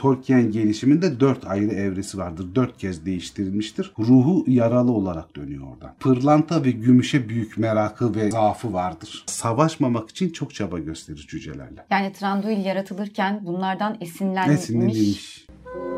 Tolkien gelişiminde 4 ayrı evresi vardır. 4 kez değiştirilmiştir. Ruhu yaralı olarak dönüyor oradan. Pırlanta ve gümüşe büyük merakı ve zaafı vardır. Savaşmamak için çok çaba gösterir cücelerle. Yani Thranduil yaratılırken bunlardan esinlenmiş.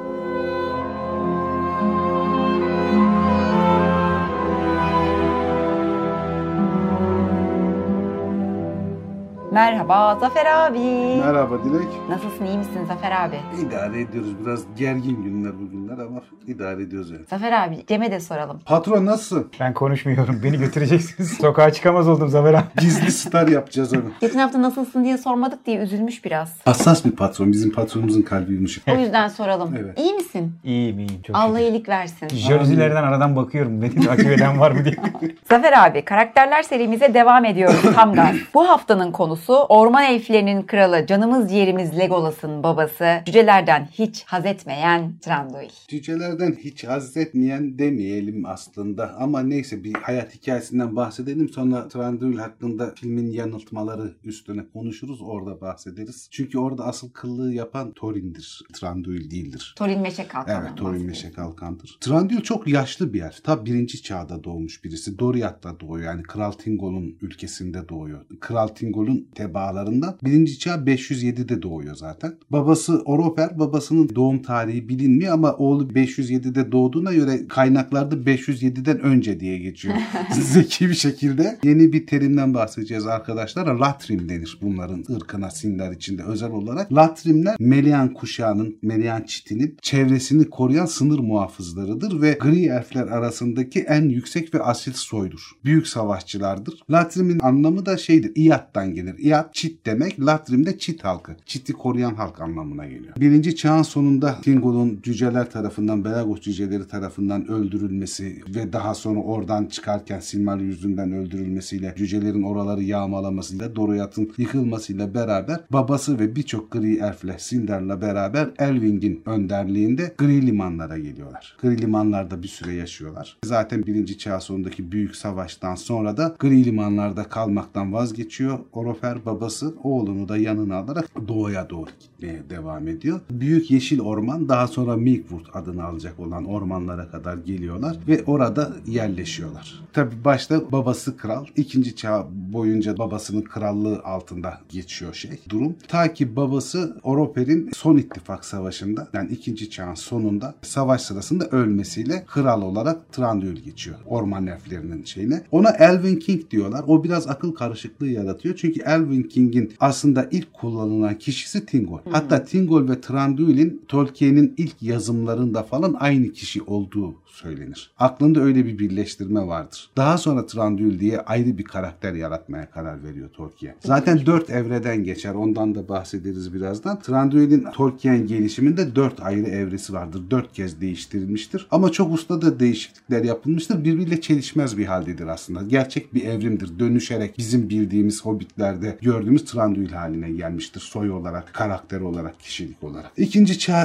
Merhaba Zafer abi. Merhaba Dilek. Nasılsın, iyi misin Zafer abi? İdare ediyoruz. Biraz gergin günler bugünler ama idare ediyoruz yani. Zafer abi, Cem'e de soralım. Patron nasılsın? Ben konuşmuyorum. Beni götüreceksiniz. Sokağa çıkamaz oldum Zafer abi. Gizli star yapacağız onu. Geçen hafta nasılsın diye sormadık diye üzülmüş biraz. Hassas bir patron. Bizim patronumuzun kalbi yumuşak. O yüzden soralım. Evet. İyi misin? İyiyim. Çok Allah şükür. iyilik versin. Jölzilerden aradan bakıyorum. Beni takip eden var mı diye. Zafer abi, karakterler serimize devam ediyoruz tam gaz. Bu haftanın konusu orman elflerinin kralı, canımız ciğerimiz Legolas'ın babası, cücelerden hiç haz etmeyen Thranduil. Cücelerden hiç haz etmeyen demeyelim aslında ama neyse bir hayat hikayesinden bahsedelim, sonra Thranduil hakkında filmin yanıltmaları üstüne konuşuruz, orada bahsederiz. Çünkü orada asıl kıllığı yapan Thorin'dir, Thranduil değildir. Thorin Meşe Kalkan'dan Evet, Thorin bahsediyor. Meşe Kalkan'dır. Thranduil çok yaşlı bir yer. Ta 1. çağda doğmuş birisi. Doriath'ta doğuyor. Yani Kral Thingol'un ülkesinde doğuyor. Kral Thingol'un tebaalarından 1. çağ 507'de doğuyor zaten. Babası Oroper. Babasının doğum tarihi bilinmiyor ama oğlu 507'de doğduğuna göre kaynaklarda 507'den önce diye geçiyor. Zeki bir şekilde. Yeni bir terimden bahsedeceğiz arkadaşlar. Latrim denir bunların ırkına, Sindar içinde özel olarak. Latrimler Melian kuşağının, Melian çitinin çevresini koruyan sınır muhafızlarıdır ve gri elfler arasındaki en yüksek ve asil soydur. Büyük savaşçılardır. Latrim'in anlamı da şeydir, İyat'tan gelir. İyat çit demek, Latrim de çit halkı. Çiti koruyan halk anlamına geliyor. 1. çağın sonunda Thingol'un cüceler tarafından, Belagos cüceleri tarafından öldürülmesi ve daha sonra oradan çıkarken Silmaril yüzünden öldürülmesiyle, cücelerin oraları yağmalamasıyla, Doriath'ın yıkılmasıyla beraber babası ve birçok gri elfle, Sindar'la beraber Elwing'in önderliğinde Gri Limanlara geliyorlar. Gri Limanlarda bir süre yaşıyorlar. Zaten 1. çağ sonundaki büyük savaştan sonra da Gri Limanlarda kalmaktan vazgeçiyor. Orofer babası oğlunu da yanına alarak doğuya doğru gitmeye devam ediyor. Büyük Yeşil Orman, daha sonra Mirkwood adını alacak olan ormanlara kadar geliyorlar ve orada yerleşiyorlar. Tabi başta babası kral, 2. çağ boyunca babasının krallığı altında geçiyor durum. Ta ki babası Oroper'in Son İttifak Savaşı'nda, yani 2. çağın sonunda savaş sırasında ölmesiyle kral olarak Thranduil geçiyor. Orman elflerinin şeyine. Ona Elven King diyorlar. O biraz akıl karışıklığı yaratıyor. Çünkü Elven King'in aslında ilk kullanılan kişisi Thingol. Hatta Thingol ve Thranduil'in Tolkien'in ilk yazımlarında falan aynı kişi olduğu söylenir. Aklında öyle bir birleştirme vardır. Daha sonra Thranduil diye ayrı bir karakter yaratmaya karar veriyor Tolkien. Zaten 4 evreden geçer. Ondan da bahsederiz birazdan. Thranduil'in Tolkien gelişiminde 4 ayrı evresi vardır. 4 kez değiştirilmiştir. Ama çok usta da değişiklikler yapılmıştır. Birbiriyle çelişmez bir haldedir aslında. Gerçek bir evrimdir. Dönüşerek bizim bildiğimiz Hobbit'lerde gördüğümüz Thranduil haline gelmiştir. Soy olarak, karakter olarak, kişilik olarak. 2. çağ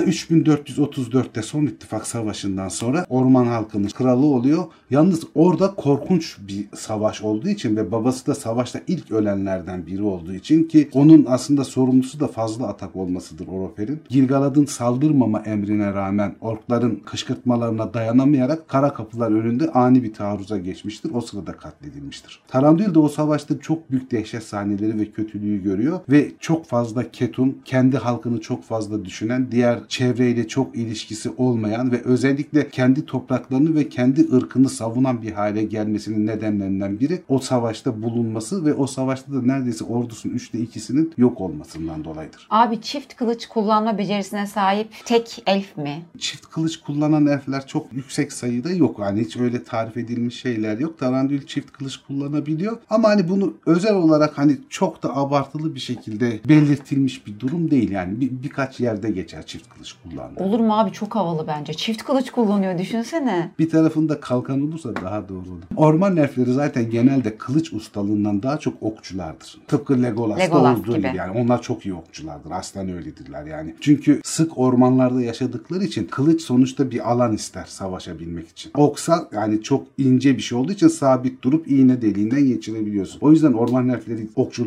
3434'te Son İttifak Savaşı'ndan sonra orman halkının kralı oluyor. Yalnız orada korkunç bir savaş olduğu için ve babası da savaşta ilk ölenlerden biri olduğu için, ki onun aslında sorumlusu da fazla atak olmasıdır Oroper'in. Gil-galad'ın saldırmama emrine rağmen orkların kışkırtmalarına dayanamayarak kara kapılar önünde ani bir taarruza geçmiştir. O sırada katledilmiştir. Thranduil de o savaşta çok büyük dehşet sahneleri ve kötülüğü görüyor ve çok fazla ketum, kendi halkını çok fazla düşünen, diğer çevreyle çok ilişkisi olmayan ve özellikle kendi topraklarını ve kendi ırkını savunan bir hale gelmesinin nedenlerinden biri o savaşta bulunması ve o savaşta da neredeyse ordusunun 3'te 2'sinin yok olmasından dolayıdır. Abi, çift kılıç kullanma becerisine sahip tek elf mi? Çift kılıç kullanan elfler çok yüksek sayıda yok. Hani hiç öyle tarif edilmiş şeyler yok. Thranduil çift kılıç kullanabiliyor. Ama hani bunu özel olarak hani çok da abartılı bir şekilde belirtilmiş bir durum değil. Yani birkaç yerde geçer çift kılıç kullanma. Olur mu abi, çok havalı bence. Çift kılıç kullanıyor, düşünsene. Bir tarafında kalkan olursa daha doğru olur. Orman elfleri zaten genelde kılıç ustalığından daha çok okçulardır. Tıpkı Legolas'ta olduğu gibi. Yani onlar çok iyi okçulardır. Aslen öyledirler yani. Çünkü sık ormanlarda yaşadıkları için kılıç sonuçta bir alan ister savaşabilmek için. Oksa yani çok ince bir şey olduğu için sabit durup iğne deliğinden geçirebiliyorsun. O yüzden orman elfleri okçuluk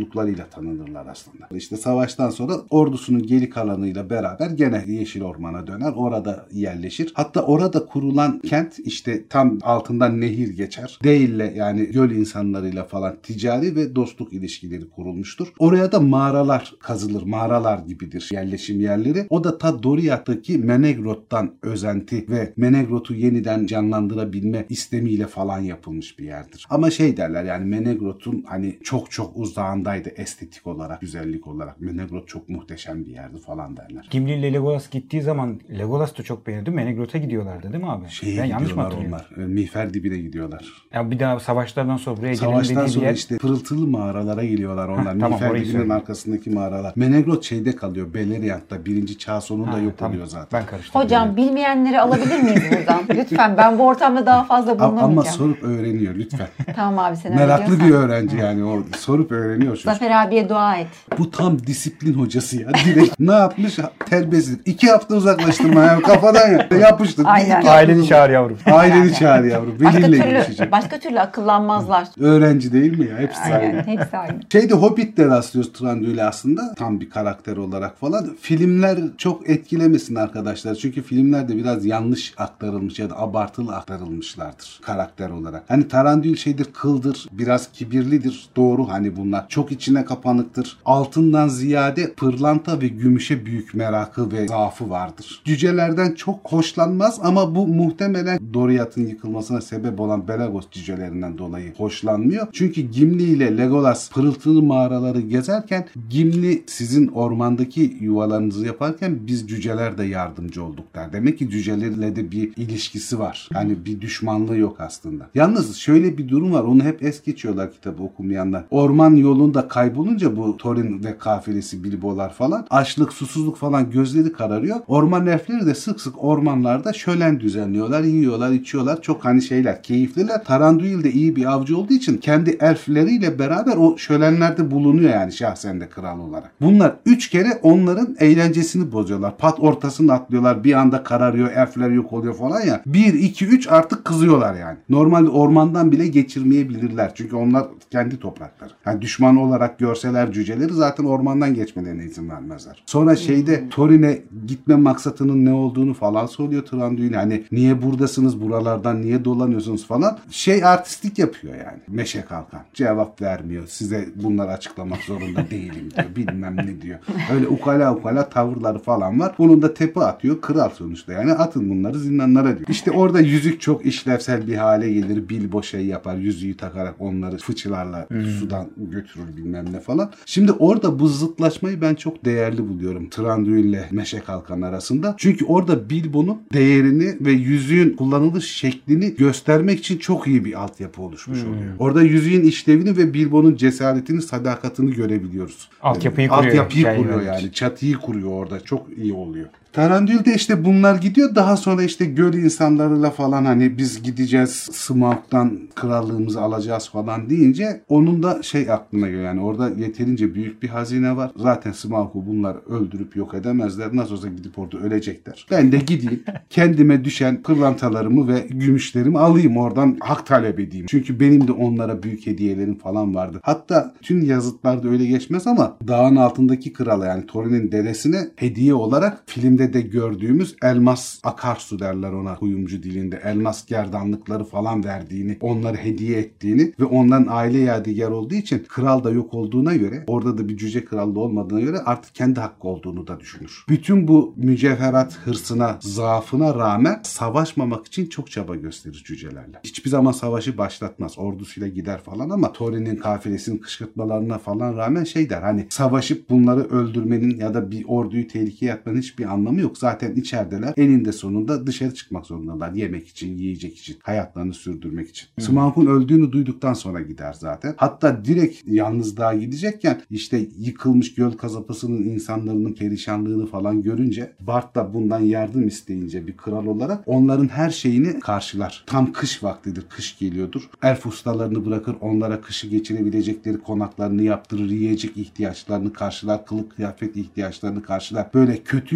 olduklarıyla tanınırlar aslında. İşte savaştan sonra ordusunun geri kalanıyla beraber gene Yeşil Orman'a döner. Orada yerleşir. Hatta orada kurulan kent işte tam altından nehir geçer. Değille yani göl insanlarıyla falan ticari ve dostluk ilişkileri kurulmuştur. Oraya da mağaralar kazılır. Mağaralar gibidir yerleşim yerleri. O da ta Doriath'taki Menegroth'tan özenti ve Menegroth'u yeniden canlandırabilme istemiyle falan yapılmış bir yerdir. Ama şey derler yani Menegroth'un hani çok uzağındaydı estetik olarak, güzellik olarak. Menegroth çok muhteşem bir yerdi falan derler. Gimli ile Legolas gittiği zaman Legolas da çok beğenirdi. Menegroth'a gidiyorlardı değil mi abi? Şeye Ben yanlış mı gidiyorlar hatırlıyorum? onlar. Miğfer dibine gidiyorlar. Ya bir daha savaşlardan sonra buraya gelelim Savaştan dediği bir sonra yer. işte pırıltılı mağaralara geliyorlar onlar. Tamam, Miğfer orayı dibinin söyleyeyim. arkasındaki mağaralar. Menegroth şeyde kalıyor. Beleriand'da. 1. çağ sonunda yok Tamam. oluyor zaten. Ben karıştırdım. Hocam bilmeyenleri alabilir miyiz buradan? Lütfen, ben bu ortamda daha fazla Ama bulunamayacağım. sorup öğreniyor lütfen. Tamam abi, sen öyle Meraklı diyorsan. bir öğrenci yani o sorup öğreniyor çocuk. Zafer abiye dua et. Bu tam disiplin hocası ya. Direkt ne yapmış? Terbiyesizlik. 2 hafta uzaklaştırma ya. Kafadan ya. Yapıştır. Aynen. Aileni çağır yavrum. Aileni çağır yavrum. Veliyle görüşecek. Başka türlü akıllanmazlar. Öğrenci değil mi ya? Hepsi Aynen, aynı. hepsi aynı. Şeyde Hobbit'te rastlıyoruz Thranduil'e aslında. Tam bir karakter olarak falan. Filmler çok etkilemesin arkadaşlar. Çünkü filmlerde biraz yanlış aktarılmış ya da abartılı aktarılmışlardır karakter olarak. Hani Thranduil şeydir, kıldır, biraz kibirlidir. Doğru hani bunlar. Çok içine kapanıktır. Altından ziyade pırlanta ve gümüşe büyük merakı ve zaafı vardır. Cücelerden çok hoşlanmaz ama bu muhtemelen Doriath'ın yıkılmasına sebep olan Belagos cücelerinden dolayı hoşlanmıyor. Çünkü Gimli ile Legolas pırıltılı mağaraları gezerken Gimli sizin ormandaki yuvalarınızı yaparken biz cüceler de yardımcı olduk der. Demek ki cücelerle de bir ilişkisi var. Yani bir düşmanlığı yok aslında. Yalnız şöyle bir durum var. Onu hep es geçiyorlar kitabı okumayanlar. Orman yolunda kaybolunca bu Thorin ve kafilesi Bilbolar falan açlık, susuzluk falan gözleri kararıyor. Orman elfleri de sık sık ormanlarda şölen düzenliyorlar. Yiyorlar, içiyorlar. Çok hani şeyler, keyifliler. Thranduil de iyi bir avcı olduğu için kendi elfleriyle beraber o şölenlerde bulunuyor yani şahsen de kral olarak. Bunlar 3 kere onların eğlencesini bozuyorlar. Pat ortasını atlıyorlar. Bir anda kararıyor. Elfler yok oluyor falan ya. 1, 2, 3 artık kızıyorlar yani. Normalde ormandan bile geçirmeyebilirler. Çünkü onlar kendi toprakları. Yani düşman olarak görseler cüceleri zaten ormandan geçmelerine izin vermezler. Sonra şeyde Thorin'e gitme maksatının ne olduğunu falan soruyor Thranduil. Hani niye buradasınız? Buralardan niye dolanıyorsunuz falan. Artistlik yapıyor yani. Meşe Kalkan. Cevap vermiyor. Size bunları açıklamak zorunda değilim diyor. Bilmem ne diyor. Öyle ukala tavırları falan var. Bunun da tepe atıyor. Kral sonuçta yani. Atın bunları zindanlara diyor. İşte orada yüzük çok işlevsel bir hale gelir. Bilbo yapar. Yüzüğü takarak onları fıçılarla sudan götürür bilmem ne falan. Şimdi orada bu zıtlaşmayı ben çok değerli buluyorum. Thranduil ile Meşe Kalkan arasında. Çünkü orada Bilbo'nun değerini ve yüzüğün kullanılış şeklini göstermek için çok iyi bir altyapı oluşmuş oluyor. Orada yüzüğün işlevini ve Bilbo'nun cesaretini, sadakatini görebiliyoruz. Altyapıyı kuruyor yani. Çatıyı kuruyor orada. Çok iyi oluyor. Thranduil de işte bunlar gidiyor. Daha sonra işte göl insanlarıyla falan hani biz gideceğiz Smaug'dan krallığımızı alacağız falan deyince onun da aklına geliyor. Yani orada yeterince büyük bir hazine var. Zaten Smaug'u bunlar öldürüp yok edemezler. Nasıl olsa gidip orada ölecekler. Ben de gideyim kendime düşen pırlantalarımı ve gümüşlerimi alayım oradan hak talep edeyim. Çünkü benim de onlara büyük hediyelerim falan vardı. Hatta tüm yazıtlarda öyle geçmez ama dağın altındaki krala yani Thorin'in dedesine hediye olarak filmde de gördüğümüz elmas akarsu derler ona kuyumcu dilinde. Elmas gerdanlıkları falan verdiğini, onları hediye ettiğini ve onların aile yadigar olduğu için kral da yok olduğuna göre orada da bir cüce krallığı olmadığına göre artık kendi hakkı olduğunu da düşünür. Bütün bu mücevherat hırsına, zaafına rağmen savaşmamak için çok çaba gösterir cücelerle. Hiçbir zaman savaşı başlatmaz. Ordusuyla gider falan ama Thorin'in kafilesinin kışkırtmalarına falan rağmen der hani savaşıp bunları öldürmenin ya da bir orduyu tehlikeye atmanın hiçbir anlamı yok. Zaten içerideler. Eninde sonunda dışarı çıkmak zorundalar. Yemek için, yiyecek için, hayatlarını sürdürmek için. Smaug'un öldüğünü duyduktan sonra gider zaten. Hatta direkt yalnızlığa gidecekken işte yıkılmış göl kasabasının insanların perişanlığını falan görünce Bart da bundan yardım isteyince bir kral olarak onların her şeyini karşılar. Tam kış vaktidir. Kış geliyordur. Elf ustalarını bırakır. Onlara kışı geçirebilecekleri konaklarını yaptırır. Yiyecek ihtiyaçlarını karşılar. Kılık kıyafet ihtiyaçlarını karşılar. Böyle kötü yürekli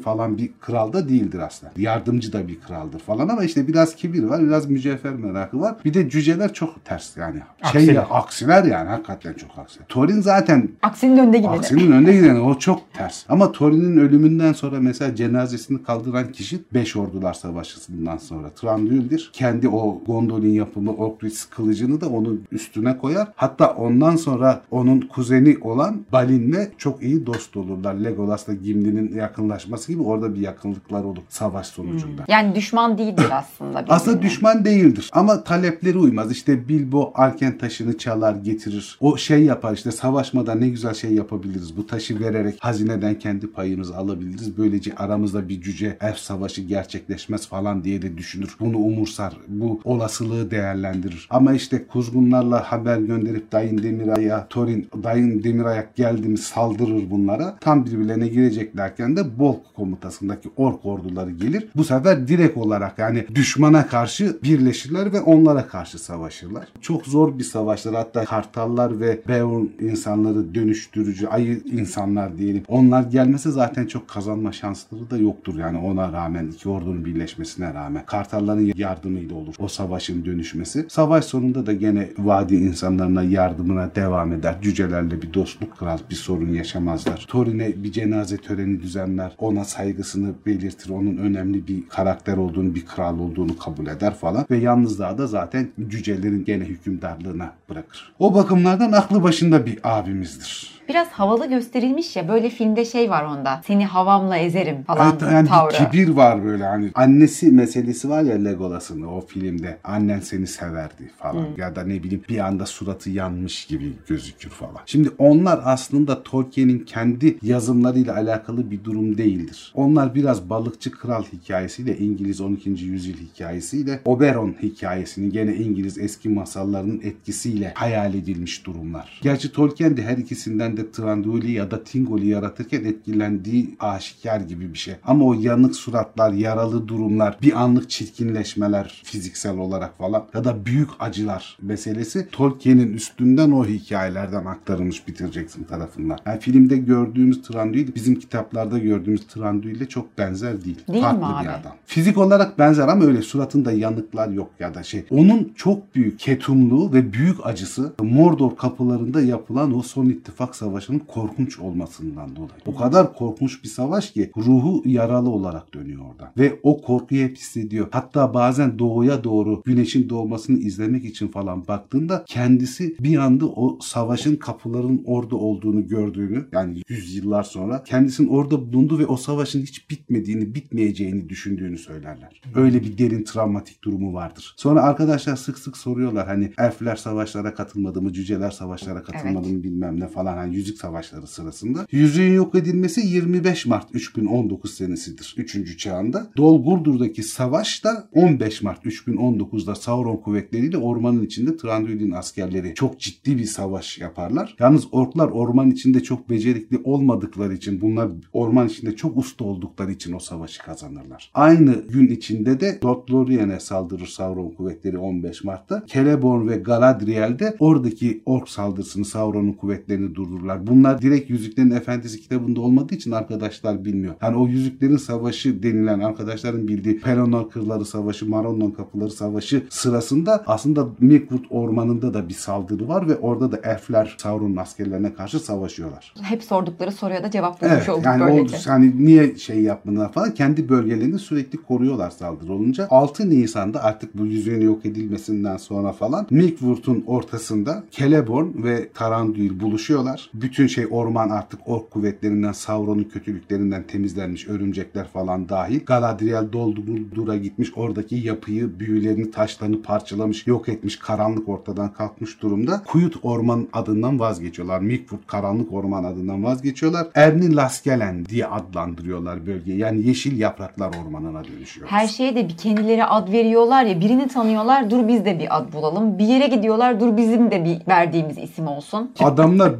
falan bir kral da değildir aslında. Yardımcı da bir kraldır falan ama işte biraz kibir var, biraz mücevher merakı var. Bir de cüceler çok ters yani. Aksiler yani, hakikaten çok aksiler. Thorin zaten aksinin önde gideni. Aksinin önde gideni, o çok ters. Ama Thorin'in ölümünden sonra mesela cenazesini kaldıran kişi 5 Ordular Savaşı'ndan sonra Thranduil'dir. Kendi o Gondolin yapımı Orcris kılıcını da onun üstüne koyar. Hatta ondan sonra onun kuzeni olan Balin'le çok iyi dost olurlar. Legolas'la Gimli'nin yakınlaşması gibi orada bir yakınlıklar olur savaş sonucunda. Yani düşman değildir aslında. Aslında düşman değildir ama talepleri uymaz. İşte Bilbo Arken taşını çalar getirir. O şey yapar işte, savaşmadan ne güzel şey yapabiliriz. Bu taşı vererek hazineden kendi payımızı alabiliriz. Böylece aramızda bir cüce elf savaşı gerçekleşmez falan diye de düşünür. Bunu umursar. Bu olasılığı değerlendirir. Ama işte kuzgunlarla haber gönderip Dain Demirayak geldi mi saldırır bunlara. Tam birbirlerine gireceklerken de Bolg komutasındaki ork orduları gelir. Bu sefer direkt olarak yani düşmana karşı birleşirler ve onlara karşı savaşırlar. Çok zor bir savaşlar. Hatta kartallar ve Beorn insanları dönüştürücü ayı insanlar diyelim. Onlar gelmese zaten çok kazanma şansları da yoktur. Yani ona rağmen, iki ordunun birleşmesine rağmen kartalların yardımıyla olur o savaşın dönüşmesi. Savaş sonunda da gene vadi insanlarına yardımına devam eder. Cücelerle bir dostluk kurar, bir sorun yaşamazlar. Thorin'e bir cenaze töreni düzenler. Ona saygısını belirtir. Onun önemli bir karakter olduğunu, bir kral olduğunu kabul eder falan. Ve yalnızlığa da zaten cücelerin gene hükümdarlığına bırakır. O bakımlardan aklı başında bir abimizdir. Biraz havalı gösterilmiş ya, böyle filmde şey var onda. Seni havamla ezerim falan evet, yani tavrı. Bir kibir var böyle, hani annesi meselesi var ya Legolas'ın o filmde. Annen seni severdi falan. Ya da ne bileyim bir anda suratı yanmış gibi gözükür falan. Şimdi onlar aslında Tolkien'in kendi yazımlarıyla alakalı bir durum değildir. Onlar biraz balıkçı kral hikayesiyle, İngiliz 12. yüzyıl hikayesiyle, Oberon hikayesinin gene İngiliz eski masallarının etkisiyle hayal edilmiş durumlar. Gerçi Tolkien de her ikisinden de Thranduil'i ya da Thingol'i yaratırken etkilendiği aşikar gibi bir şey. Ama o yanık suratlar, yaralı durumlar, bir anlık çirkinleşmeler fiziksel olarak falan ya da büyük acılar meselesi Tolkien'in üstünden o hikayelerden aktarılmış Peter Jackson tarafından. Yani filmde gördüğümüz Thranduil bizim kitaplarda gördüğümüz Thranduil'le çok benzer değil. Değil farklı mi abi? bir adam. Fizik olarak benzer ama öyle suratında yanıklar yok ya da şey. Onun çok büyük ketumluğu ve büyük acısı Mordor kapılarında yapılan o son ittifak savaşının korkunç olmasından dolayı. O kadar korkunç bir savaş ki ruhu yaralı olarak dönüyor oradan. Ve o korkuyu hep hissediyor. Hatta bazen doğuya doğru güneşin doğmasını izlemek için falan baktığında kendisi bir anda o savaşın kapıların orada olduğunu gördüğünü, yani yüzyıllar sonra kendisinin orada bulunduğu ve o savaşın hiç bitmediğini, bitmeyeceğini düşündüğünü söylerler. Öyle bir derin travmatik durumu vardır. Sonra arkadaşlar sık sık soruyorlar hani elfler savaşlara katılmadı mı, cüceler savaşlara katılmadı mı bilmem ne falan, hani yüzük savaşları sırasında. Yüzüğün yok edilmesi 25 Mart 3019 senesidir. 3. çağında. Dol Guldur savaş da 15 Mart 3019'da Sauron kuvvetleriyle ormanın içinde Thranduil'in askerleri çok ciddi bir savaş yaparlar. Yalnız orklar orman içinde çok becerikli olmadıkları için, bunlar orman içinde çok usta oldukları için o savaşı kazanırlar. Aynı gün içinde de Lothlorien'e saldırır Sauron kuvvetleri 15 Mart'ta. Celeborn ve Galadriel de oradaki ork saldırısını, Sauron'un kuvvetlerini durdururlar. Bunlar direkt Yüzüklerin Efendisi kitabında olmadığı için arkadaşlar bilmiyor. Yani o Yüzüklerin Savaşı denilen, arkadaşların bildiği Pelennor Kırları Savaşı, Maronnon Kapıları Savaşı sırasında aslında Mirkwood Ormanı'nda da bir saldırı var ve orada da elfler Sauron'un askerlerine karşı savaşıyorlar. Hep sordukları soruya da cevap bulmuş evet, olduk yani böylece. Yani niye şey yapmadılar falan, kendi bölgelerini sürekli koruyorlar saldırı olunca. 6 Nisan'da artık bu yüzüğün yok edilmesinden sonra falan Mirkwood'un ortasında Celeborn ve Thranduil buluşuyorlar. Bütün şey orman artık ork kuvvetlerinden, Sauron'un kötülüklerinden temizlenmiş, örümcekler falan dahil. Galadriel Dol Guldur'a gitmiş, oradaki yapıyı, büyülerini, taşlarını parçalamış, yok etmiş, karanlık ortadan kalkmış durumda. Kuyut Orman adından vazgeçiyorlar. Mirkwood Karanlık Orman adından vazgeçiyorlar. Erni Laskelen diye adlandırıyorlar bölgeyi. Yani Yeşil Yapraklar Ormanı'na dönüşüyor. Her şeye de bir kendileri ad veriyorlar ya, birini tanıyorlar, dur biz de bir ad bulalım. Bir yere gidiyorlar, dur bizim de bir verdiğimiz isim olsun. Adamlar 5-6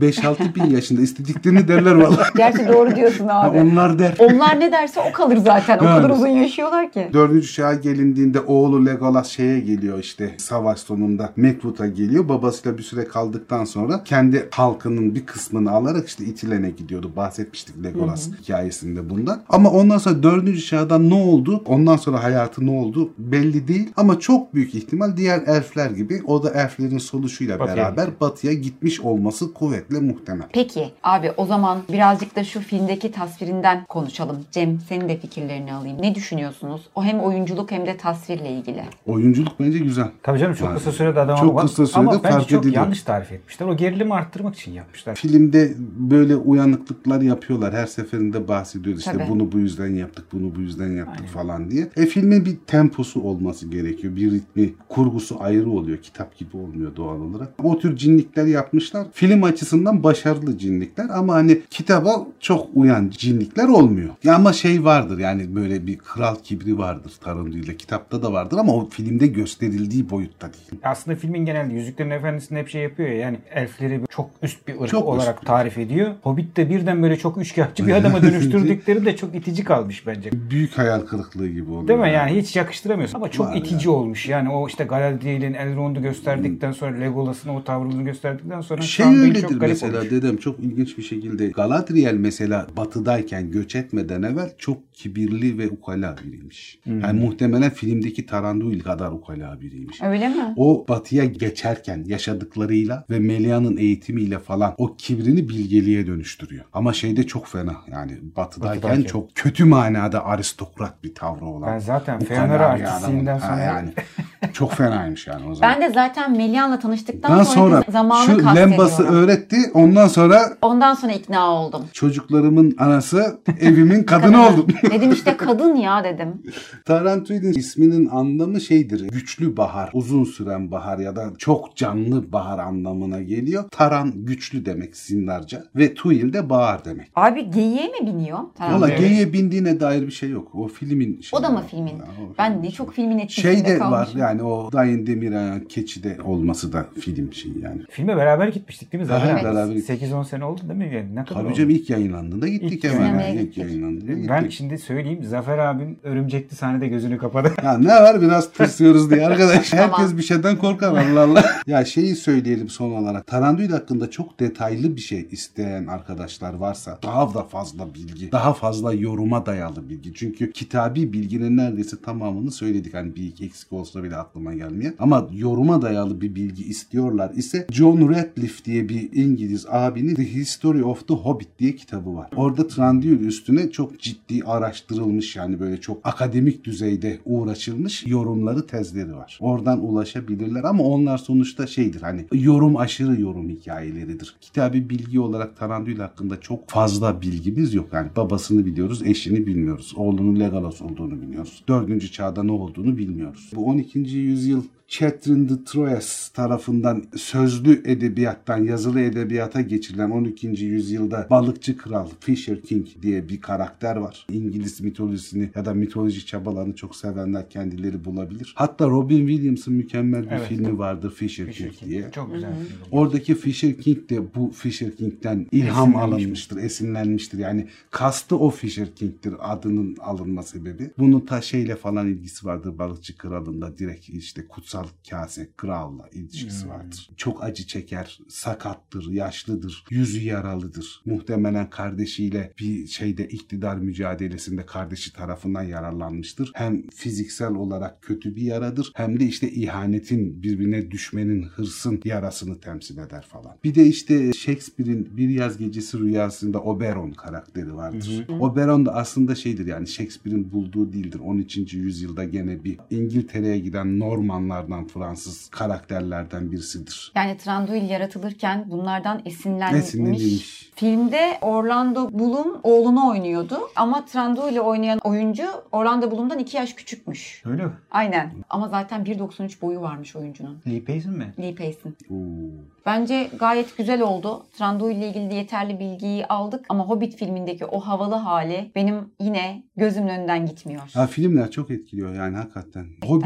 aklı 1000 yaşında. İstediklerini derler vallahi. Gerçi doğru diyorsun abi. Onlar der. Onlar ne derse o kalır zaten. O kadar uzun yaşıyorlar ki. 4. çağa gelindiğinde oğlu Legolas şeye geliyor işte savaş sonunda Macbeth'a geliyor. Babasıyla bir süre kaldıktan sonra kendi halkının bir kısmını alarak işte İtilen'e gidiyordu. Bahsetmiştik Legolas hikayesinde bundan. Ama ondan sonra 4. çağda ne oldu? Ondan sonra hayatı ne oldu? Belli değil. Ama çok büyük ihtimal diğer elfler gibi o da elflerin soluşuyla beraber batıya gitmiş olması kuvvetle muhtemel. Peki abi o zaman birazcık da şu filmdeki tasvirinden konuşalım. Cem senin de fikirlerini alayım. Ne düşünüyorsunuz? O hem oyunculuk hem de tasvirle ilgili. Oyunculuk bence güzel. Tabii canım çok kısa sürede adam çok kısa sürede ama bence fark çok ediliyor. yanlış tarif etmişler. O gerilimi arttırmak için yapmışlar. Filmde böyle uyanıklıklar yapıyorlar. Her seferinde bahsediyoruz işte Tabii. bunu bu yüzden yaptık, bunu bu yüzden yaptık falan diye. Filmin bir temposu olması gerekiyor. Bir ritmi, kurgusu ayrı oluyor. Kitap gibi olmuyor doğal olarak. O tür cinlikler yapmışlar. Film açısından başarılı cinlikler ama hani kitaba çok uyan cinlikler olmuyor. Ya ama şey vardır yani böyle bir kral kibri vardır Tarantino'yla. Kitapta da vardır ama o filmde gösterildiği boyutta değil. Aslında filmin genelde Yüzüklerin Efendisi'nde hep şey yapıyor ya, yani elfleri çok üst bir ırk Çok olarak üst. tarif ediyor. Hobbit'te birden böyle çok üçkağıtçı bir adama dönüştürdükleri de çok itici kalmış bence. Büyük hayal kırıklığı gibi oluyor. Değil mi? Yani hiç yakıştıramıyorsun. Ama çok Var itici olmuş. Yani o işte Galadriel'in Elrond'u gösterdikten sonra Legolas'ın o tavrını gösterdikten sonra Şey Sandalye öyledir çok garip mesela olmuş. dedem çok ilginç bir şekilde Galadriel mesela batıdayken göç etmeden evvel çok kibirli ve ukala biriymiş. Yani muhtemelen filmdeki Taranduil kadar ukala biriymiş. Öyle mi? O batıya geçerken yaşadıklarıyla ve Melia'nın eğitimiyle falan o kibrini bilgeliğe dönüştürüyor. Ama şeyde çok fena yani batıdayken çok kötü manada aristokrat bir tavrı olan. Ben zaten ukala Feanor bir artistliğinden adamın. sonra Yani çok fenaymış yani o zaman. Ben de zaten Melian'la tanıştıktan Ondan sonra sonra zamanı şu kastediyorum. lembası öğretti. Ondan sonra Ondan sonra ikna oldum. çocuklarımın anası, evimin kadını oldum. Dedim işte kadın ya dedim. Tarantuil'in isminin anlamı şeydir. Güçlü bahar, uzun süren bahar ya da çok canlı bahar anlamına geliyor. Taran güçlü demek Sindarca ve Tuil de bahar demek. Abi geyiğe mi biniyor? Valla geyiğe bindiğine dair bir şey yok. O filmin şeyi. O da mı filmin? Ya, o Ben film. ne çok filmin etkisinde Şey de var kalmışım. yani o Dayan Demiray'ın Keçi'de olması da film şeyi yani. filme beraber gitmiştik değil mi? Zaten Evet. Beraber gittik. 8-10 sene oldu değil mi? Yani ne kadar Tabii oldu? canım ilk yayınlandığında gittik İlk hemen. sinemaya Yani. İlk gittik. yayınlandığında gittik. Ben şimdi söyleyeyim, Zafer abim örümcekli sahnede gözünü kapadı. Ya ne var biraz tırsıyoruz diye arkadaş. Tamam. Herkes bir şeyden korkar Allah Allah. Ya şeyi söyleyelim son olarak. Tarantino hakkında çok detaylı bir şey isteyen arkadaşlar varsa daha da fazla bilgi, daha fazla yoruma dayalı bilgi. Çünkü kitabi bilginin neredeyse tamamını söyledik. Hani bir iki eksik olsa bile aklıma gelmiyor. Ama yoruma dayalı bir bilgi istiyorlar ise John Radcliffe diye bir İngiliz abinin The History of the Hobbit diye kitabı var. Orada Thranduil üstüne çok ciddi araştırılmış yani böyle çok akademik düzeyde uğraşılmış yorumları, tezleri var. Oradan ulaşabilirler ama onlar sonuçta şeydir hani yorum aşırı yorum hikayeleridir. Kitabi bilgi olarak Thranduil hakkında çok fazla bilgimiz yok. Yani babasını biliyoruz, eşini bilmiyoruz. Oğlunun Legolas olduğunu biliyoruz. 4. çağda ne olduğunu bilmiyoruz. Bu 12. yüzyıl Catherine de Troyes tarafından sözlü edebiyattan yazılı edebiyata geçirilen 12. yüzyılda balıkçı kral Fisher King diye bir karakter var. İngiliz mitolojisini ya da mitoloji çabalarını çok sevenler kendileri bulabilir. Hatta Robin Williams'ın mükemmel bir filmi vardır Fisher King diye. Çok güzel. Oradaki Fisher King de bu Fisher King'den ilham alınmıştır, esinlenmiştir. Yani kastı o Fisher King'tir adının alınma sebebi. Bunun ta şeyle falan ilgisi vardır balıkçı kralında direkt işte kutsal kase kralla ilişkisi vardır. Çok acı çeker, sakattır, yaşlıdır, yüzü yaralıdır. Muhtemelen kardeşiyle bir şeyde iktidar mücadelesinde kardeşi tarafından yararlanmıştır. Hem fiziksel olarak kötü bir yaradır hem de işte ihanetin, birbirine düşmenin, hırsın yarasını temsil eder falan. Bir de işte Shakespeare'in Bir Yaz Gecesi Rüyası'nda Oberon karakteri vardır. Oberon da aslında şeydir yani Shakespeare'in bulduğu değildir. 13. yüzyılda gene bir İngiltere'ye giden Normanlardan Fransız karakterlerden birisidir. Yani Thranduil yaratılırken bunlardan esinlenmiş. Esinlenilmiş. Filmde Orlando Bloom oğlunu oynuyordu. Ama Thranduil'i oynayan oyuncu Orlando Bloom'dan 2 yaş küçükmüş. Öyle mi? Aynen. Ama zaten 1.93 boyu varmış oyuncunun. Lee Payson mi? Lee Payson. Oo. Bence gayet güzel oldu. Thranduil ile ilgili de yeterli bilgiyi aldık. Ama Hobbit filmindeki o havalı hali benim yine gözümün önünden gitmiyor. Ha, filmler çok etkiliyor yani hakikaten. Hobbit filmi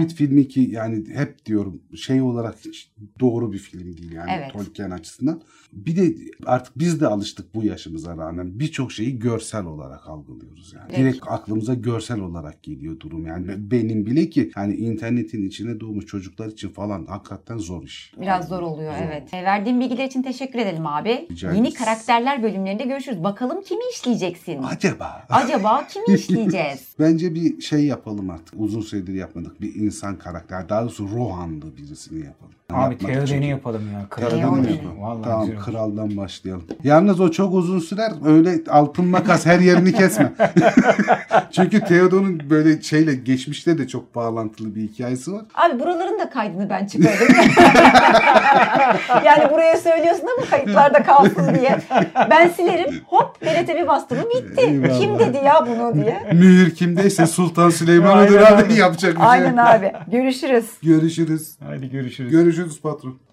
ki yani hep diyorum şey olarak hiç doğru bir film değil yani Evet. Tolkien açısından. Bir de artık biz de alıştık bu yaşımıza rağmen birçok şeyi görsel olarak algılıyoruz yani. Peki. Direkt aklımıza görsel olarak geliyor durum yani. Benim bile ki yani internetin içine doğmuş çocuklar için falan hakikaten zor iş. Biraz zor oluyor evet. Verdiğin bilgiler için teşekkür edelim abi. Rica Yeni ederiz. karakterler bölümlerinde görüşürüz. Bakalım kimi işleyeceksin? Acaba? Acaba kimi işleyeceğiz? Bence bir şey yapalım artık. Uzun süredir yapmadık. Bir insan karakter. Daha doğrusu Rohanlı birisini yapalım. Abi Yapmak Theoden'i çok- yapalım ya. Theoden Kraldan mi? yapalım. Vallahi Tamam, güzel olur. kraldan başlayalım. Yalnız o çok uzun sürer. Öyle altın makas her yerini kesme. Çünkü Theoden'un böyle şeyle geçmişte de çok bağlantılı bir hikayesi var. Abi buraların da kaydını ben çıkardım. Yani buraya söylüyorsun ama kayıtlarda kalsın diye. Ben silerim. Hop TRT1 bastı mı bitti. Eyvallah. Kim dedi ya bunu diye. Mühür kimdeyse Sultan Süleyman odur Aynen abi. Yapacak bir şey. Aynen abi. Görüşürüz. Görüşürüz. Hadi görüşürüz. Görüşürüz patron.